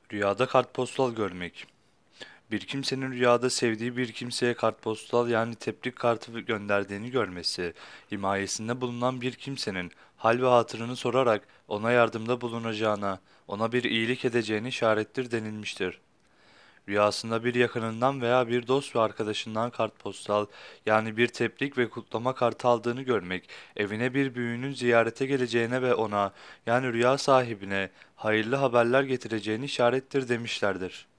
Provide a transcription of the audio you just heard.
Rüyada kartpostal görmek. Bir kimsenin rüyada sevdiği bir kimseye kartpostal yani tebrik kartı gönderdiğini görmesi, himayesinde bulunan bir kimsenin hal ve hatırını sorarak ona yardımda bulunacağına, ona bir iyilik edeceğini işarettir denilmiştir. Rüyasında bir yakınından veya bir dost ve arkadaşından kartpostal yani bir tebrik ve kutlama kartı aldığını görmek, evine bir büyüğünün ziyarete geleceğine ve ona yani rüya sahibine hayırlı haberler getireceğini işarettir demişlerdir.